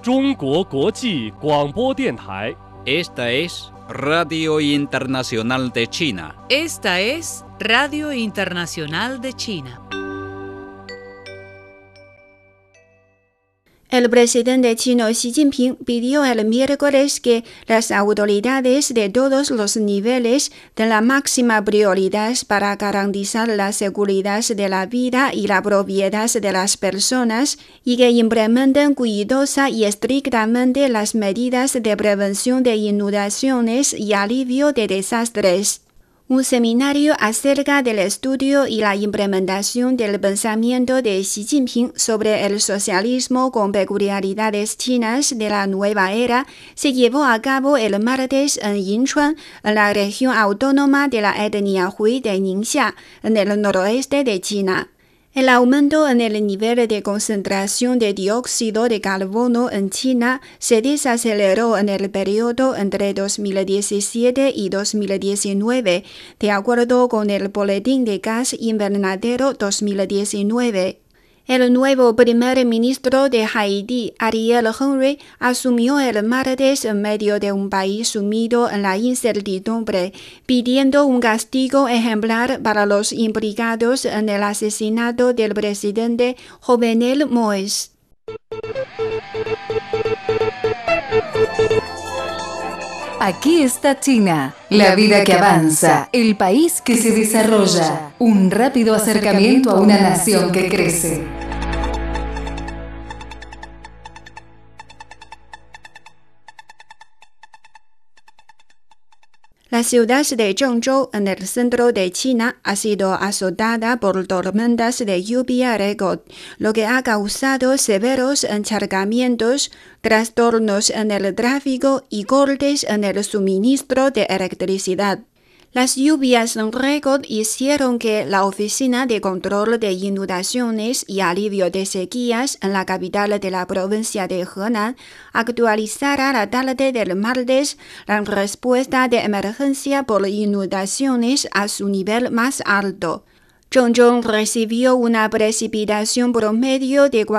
中国国际广播电台。 Esta es Radio Internacional de China. Esta es Radio Internacional de China. El presidente chino Xi Jinping pidió el miércoles que las autoridades de todos los niveles den la máxima prioridad para garantizar la seguridad de la vida y la propiedad de las personas y que implementen cuidadosa y estrictamente las medidas de prevención de inundaciones y alivio de desastres. Un seminario acerca del estudio y la implementación del pensamiento de Xi Jinping sobre el socialismo con peculiaridades chinas de la nueva era se llevó a cabo el martes en Yinchuan, en la región autónoma de la etnia Hui de Ningxia, en el noroeste de China. El aumento en el nivel de concentración de dióxido de carbono en China se desaceleró en el periodo entre 2017 y 2019, de acuerdo con el Boletín de Gas Invernadero 2019. El nuevo primer ministro de Haití, Ariel Henry, asumió el martes en medio de un país sumido en la incertidumbre, pidiendo un castigo ejemplar para los implicados en el asesinato del presidente Jovenel Moïse. Aquí está China, la vida que avanza, el país que se desarrolla, un rápido acercamiento a una nación que crece. La ciudad de Zhengzhou, en el centro de China, ha sido azotada por tormentas de lluvia récord, lo que ha causado severos encharcamientos, trastornos en el tráfico y cortes en el suministro de electricidad. Las lluvias en récord hicieron que la Oficina de Control de Inundaciones y Alivio de Sequías en la capital de la provincia de Henan actualizara la tarde del martes la respuesta de emergencia por inundaciones a su nivel más alto. Zhengzhou recibió una precipitación promedio de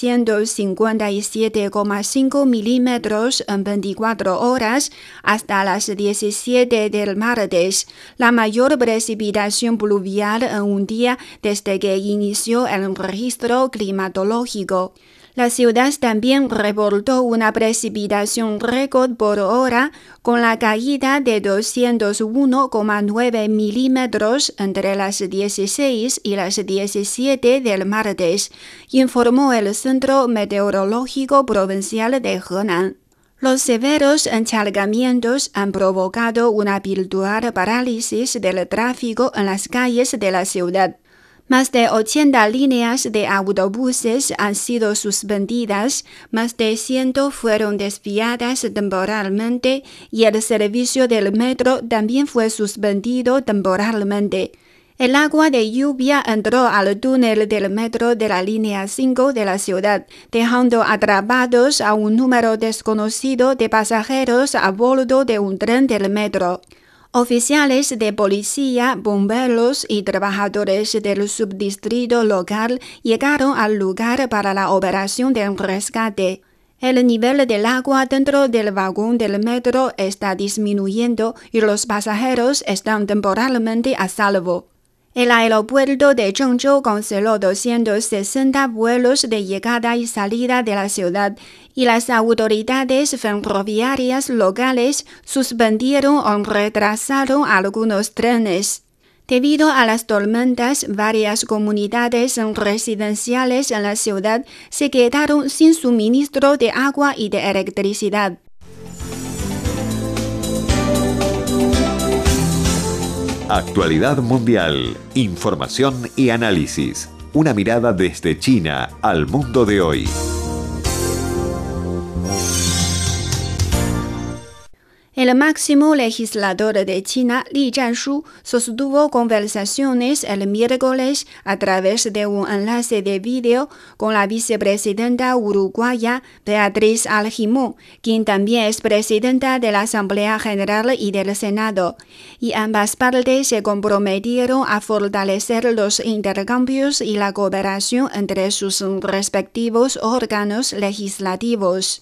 457,5 milímetros en 24 horas hasta las 17 del martes, la mayor precipitación pluvial en un día desde que inició el registro climatológico. La ciudad también reportó una precipitación récord por hora con la caída de 201,9 milímetros entre las 16 y las 17 del martes, informó el Centro Meteorológico Provincial de Henan. Los severos encharcamientos han provocado una virtual parálisis del tráfico en las calles de la ciudad. Más de 80 líneas de autobuses han sido suspendidas, más de 100 fueron desviadas temporalmente y el servicio del metro también fue suspendido temporalmente. El agua de lluvia entró al túnel del metro de la línea 5 de la ciudad, dejando atrapados a un número desconocido de pasajeros a bordo de un tren del metro. Oficiales de policía, bomberos y trabajadores del subdistrito local llegaron al lugar para la operación del rescate. El nivel del agua dentro del vagón del metro está disminuyendo y los pasajeros están temporalmente a salvo. El aeropuerto de Zhengzhou canceló 260 vuelos de llegada y salida de la ciudad y las autoridades ferroviarias locales suspendieron o retrasaron algunos trenes. Debido a las tormentas, varias comunidades residenciales en la ciudad se quedaron sin suministro de agua y de electricidad. Actualidad mundial, información y análisis. Una mirada desde China al mundo de hoy. El máximo legislador de China, Li Zhanshu, sostuvo conversaciones el miércoles a través de un enlace de vídeo con la vicepresidenta uruguaya Beatriz Argimón, quien también es presidenta de la Asamblea General y del Senado, y ambas partes se comprometieron a fortalecer los intercambios y la cooperación entre sus respectivos órganos legislativos.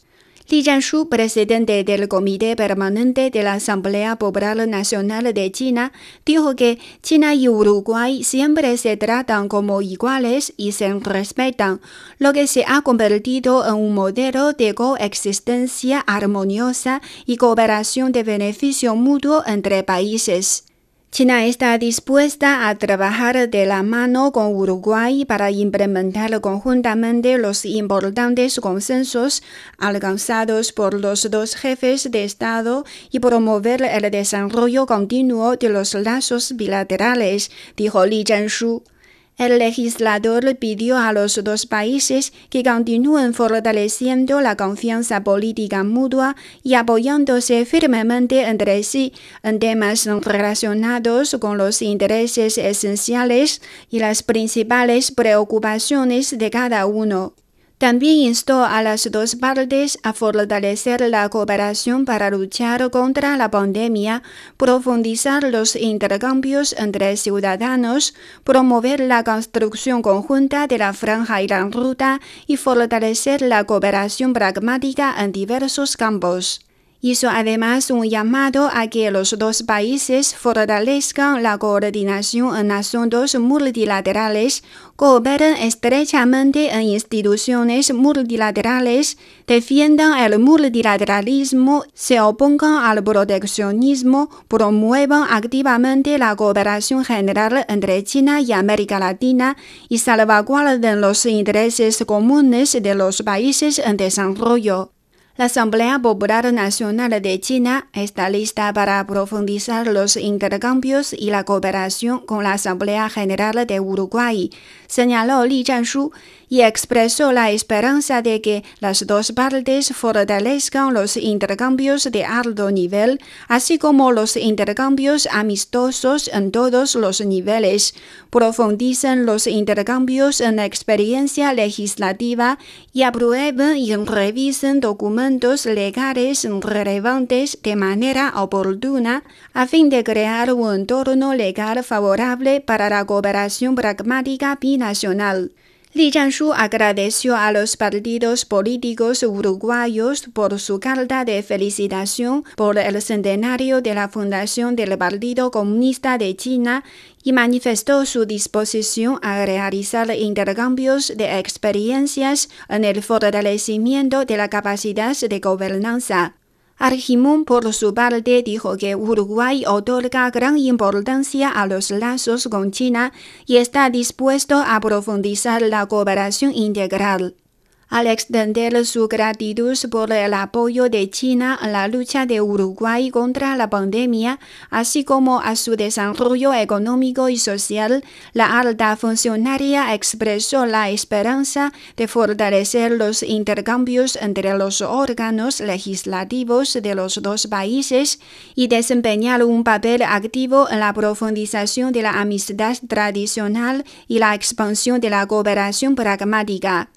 Li Zhanshu, presidente del Comité Permanente de la Asamblea Popular Nacional de China, dijo que China y Uruguay siempre se tratan como iguales y se respetan, lo que se ha convertido en un modelo de coexistencia armoniosa y cooperación de beneficio mutuo entre países. China está dispuesta a trabajar de la mano con Uruguay para implementar conjuntamente los importantes consensos alcanzados por los dos jefes de Estado y promover el desarrollo continuo de los lazos bilaterales, dijo Li Zhanshu. El legislador pidió a los dos países que continúen fortaleciendo la confianza política mutua y apoyándose firmemente entre sí en temas relacionados con los intereses esenciales y las principales preocupaciones de cada uno. También instó a las dos partes a fortalecer la cooperación para luchar contra la pandemia, profundizar los intercambios entre ciudadanos, promover la construcción conjunta de la franja y la ruta y fortalecer la cooperación pragmática en diversos campos. Hizo además un llamado a que los dos países fortalezcan la coordinación en asuntos multilaterales, cooperen estrechamente en instituciones multilaterales, defiendan el multilateralismo, se opongan al proteccionismo, promuevan activamente la cooperación general entre China y América Latina y salvaguarden los intereses comunes de los países en desarrollo. La Asamblea Popular Nacional de China está lista para profundizar los intercambios y la cooperación con la Asamblea General de Uruguay, señaló Li Zhanshu, y expresó la esperanza de que las dos partes fortalezcan los intercambios de alto nivel, así como los intercambios amistosos en todos los niveles, profundicen los intercambios en experiencia legislativa y aprueben y revisen documentos legales relevantes de manera oportuna, a fin de crear un entorno legal favorable para la cooperación pragmática binacional. Li Zhanshu agradeció a los partidos políticos uruguayos por su carta de felicitación por el centenario de la fundación del Partido Comunista de China y manifestó su disposición a realizar intercambios de experiencias en el fortalecimiento de la capacidad de gobernanza. Argimón, por su parte, dijo que Uruguay otorga gran importancia a los lazos con China y está dispuesto a profundizar la cooperación integral. Al extender su gratitud por el apoyo de China en la lucha de Uruguay contra la pandemia, así como a su desarrollo económico y social, la alta funcionaria expresó la esperanza de fortalecer los intercambios entre los órganos legislativos de los dos países y desempeñar un papel activo en la profundización de la amistad tradicional y la expansión de la cooperación pragmática.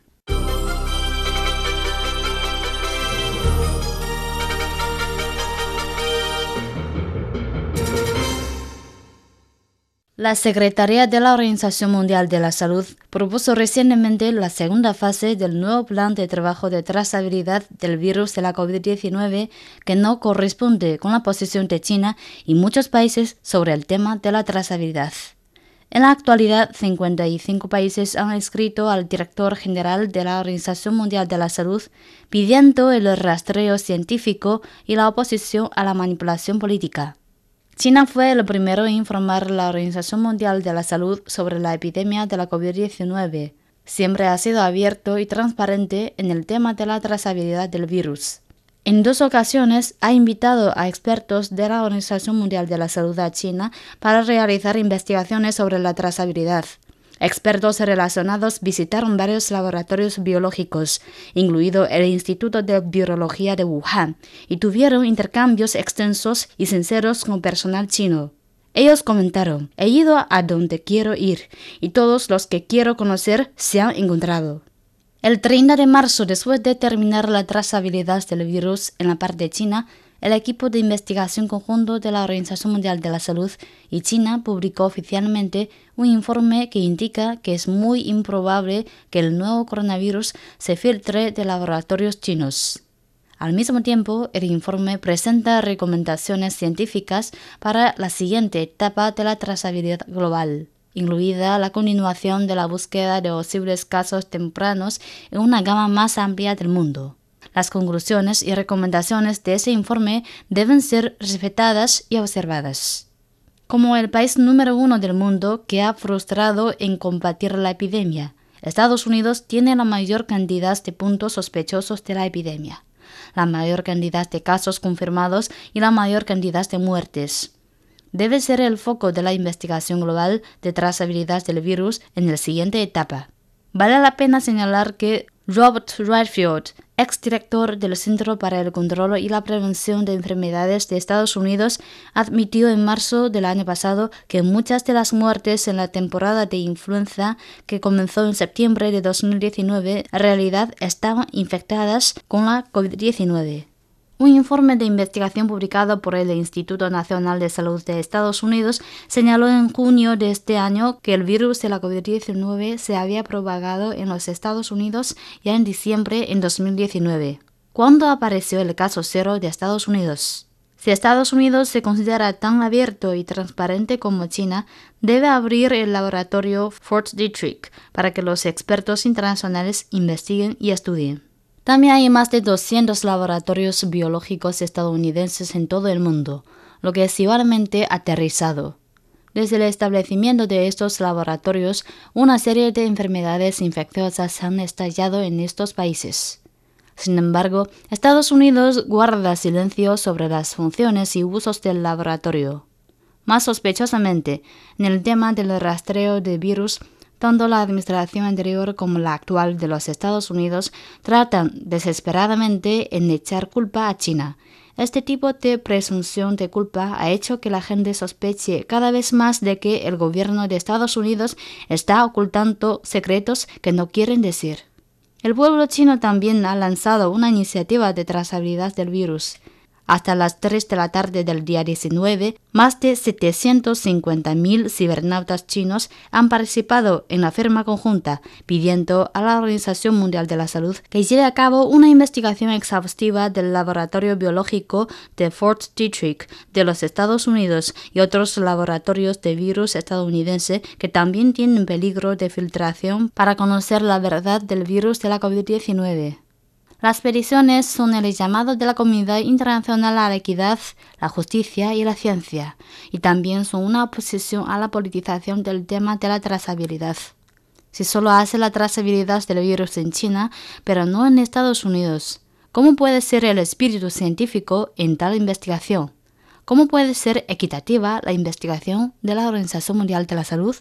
La Secretaría de la Organización Mundial de la Salud propuso recientemente la segunda fase del nuevo plan de trabajo de trazabilidad del virus de la COVID-19 que no corresponde con la posición de China y muchos países sobre el tema de la trazabilidad. En la actualidad, 55 países han escrito al director general de la Organización Mundial de la Salud pidiendo el rastreo científico y la oposición a la manipulación política. China fue el primero en informar a la Organización Mundial de la Salud sobre la epidemia de la COVID-19. Siempre ha sido abierto y transparente en el tema de la trazabilidad del virus. En 2 ocasiones ha invitado a expertos de la Organización Mundial de la Salud a China para realizar investigaciones sobre la trazabilidad. Expertos relacionados visitaron varios laboratorios biológicos, incluido el Instituto de Virología de Wuhan, y tuvieron intercambios extensos y sinceros con personal chino. Ellos comentaron: he ido a donde quiero ir, y todos los que quiero conocer se han encontrado. El 30 de marzo, después de terminar la trazabilidad del virus en la parte china, el equipo de investigación conjunto de la Organización Mundial de la Salud y China publicó oficialmente un informe que indica que es muy improbable que el nuevo coronavirus se filtre de laboratorios chinos. Al mismo tiempo, el informe presenta recomendaciones científicas para la siguiente etapa de la trazabilidad global, incluida la continuación de la búsqueda de posibles casos tempranos en una gama más amplia del mundo. Las conclusiones y recomendaciones de ese informe deben ser respetadas y observadas. Como el país número 1 del mundo que ha frustrado en combatir la epidemia, Estados Unidos tiene la mayor cantidad de puntos sospechosos de la epidemia, la mayor cantidad de casos confirmados y la mayor cantidad de muertes. Debe ser el foco de la investigación global de trazabilidad del virus en la siguiente etapa. Vale la pena señalar que Robert Redfield, exdirector del Centro para el Control y la Prevención de Enfermedades de Estados Unidos, admitió en marzo del año pasado que muchas de las muertes en la temporada de influenza que comenzó en septiembre de 2019 en realidad estaban infectadas con la COVID-19. Un informe de investigación publicado por el Instituto Nacional de Salud de Estados Unidos señaló en junio de este año que el virus de la COVID-19 se había propagado en los Estados Unidos ya en diciembre de 2019. ¿Cuándo apareció el caso cero de Estados Unidos? Si Estados Unidos se considera tan abierto y transparente como China, debe abrir el laboratorio Fort Detrick para que los expertos internacionales investiguen y estudien. También hay más de 200 laboratorios biológicos estadounidenses en todo el mundo, lo que es igualmente aterrizado. Desde el establecimiento de estos laboratorios, una serie de enfermedades infecciosas han estallado en estos países. Sin embargo, Estados Unidos guarda silencio sobre las funciones y usos del laboratorio. Más sospechosamente, en el tema del rastreo de virus, tanto la administración anterior como la actual de los Estados Unidos tratan desesperadamente en echar culpa a China. Este tipo de presunción de culpa ha hecho que la gente sospeche cada vez más de que el gobierno de Estados Unidos está ocultando secretos que no quieren decir. El pueblo chino también ha lanzado una iniciativa de trazabilidad del virus. Hasta las 3 de la tarde del día 19, más de 750.000 cibernautas chinos han participado en la firma conjunta, pidiendo a la Organización Mundial de la Salud que lleve a cabo una investigación exhaustiva del laboratorio biológico de Fort Detrick de los Estados Unidos y otros laboratorios de virus estadounidense que también tienen peligro de filtración para conocer la verdad del virus de la COVID-19. Las peticiones son el llamado de la comunidad internacional a la equidad, la justicia y la ciencia, y también son una oposición a la politización del tema de la trazabilidad. Si solo hace la trazabilidad del virus en China, pero no en Estados Unidos, ¿cómo puede ser el espíritu científico en tal investigación? ¿Cómo puede ser equitativa la investigación de la Organización Mundial de la Salud?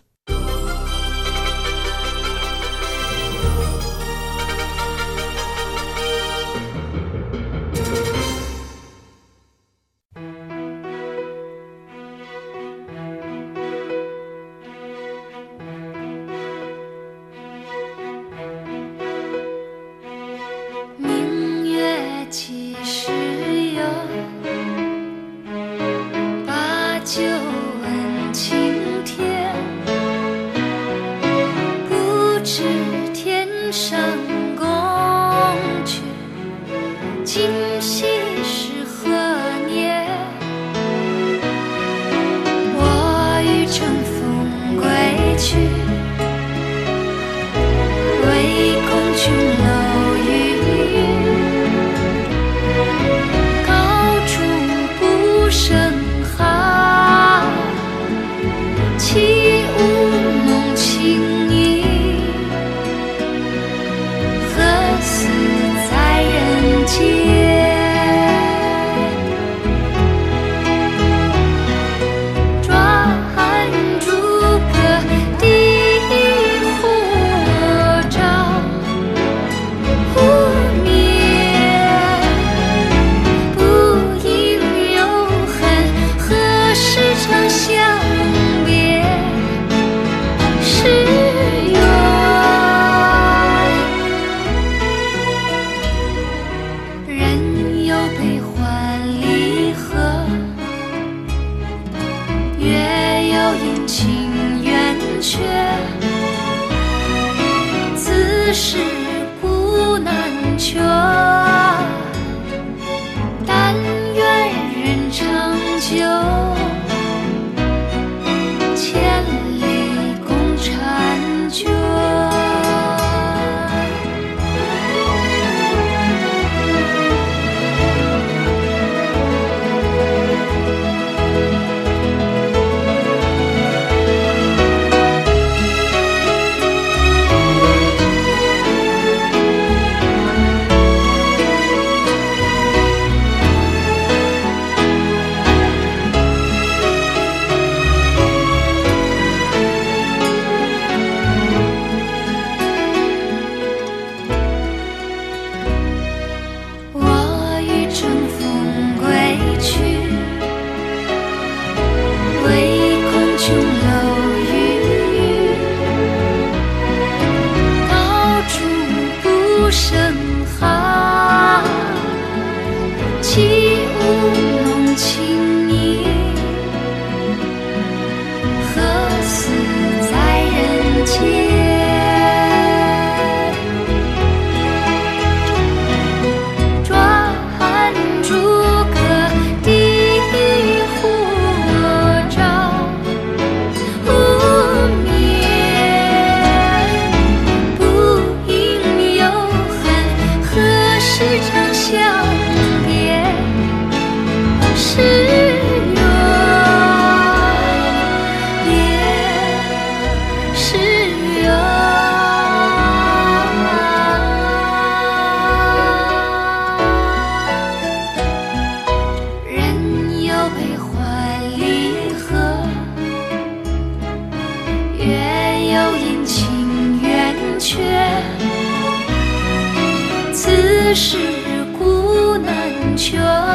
缺，此事古难全。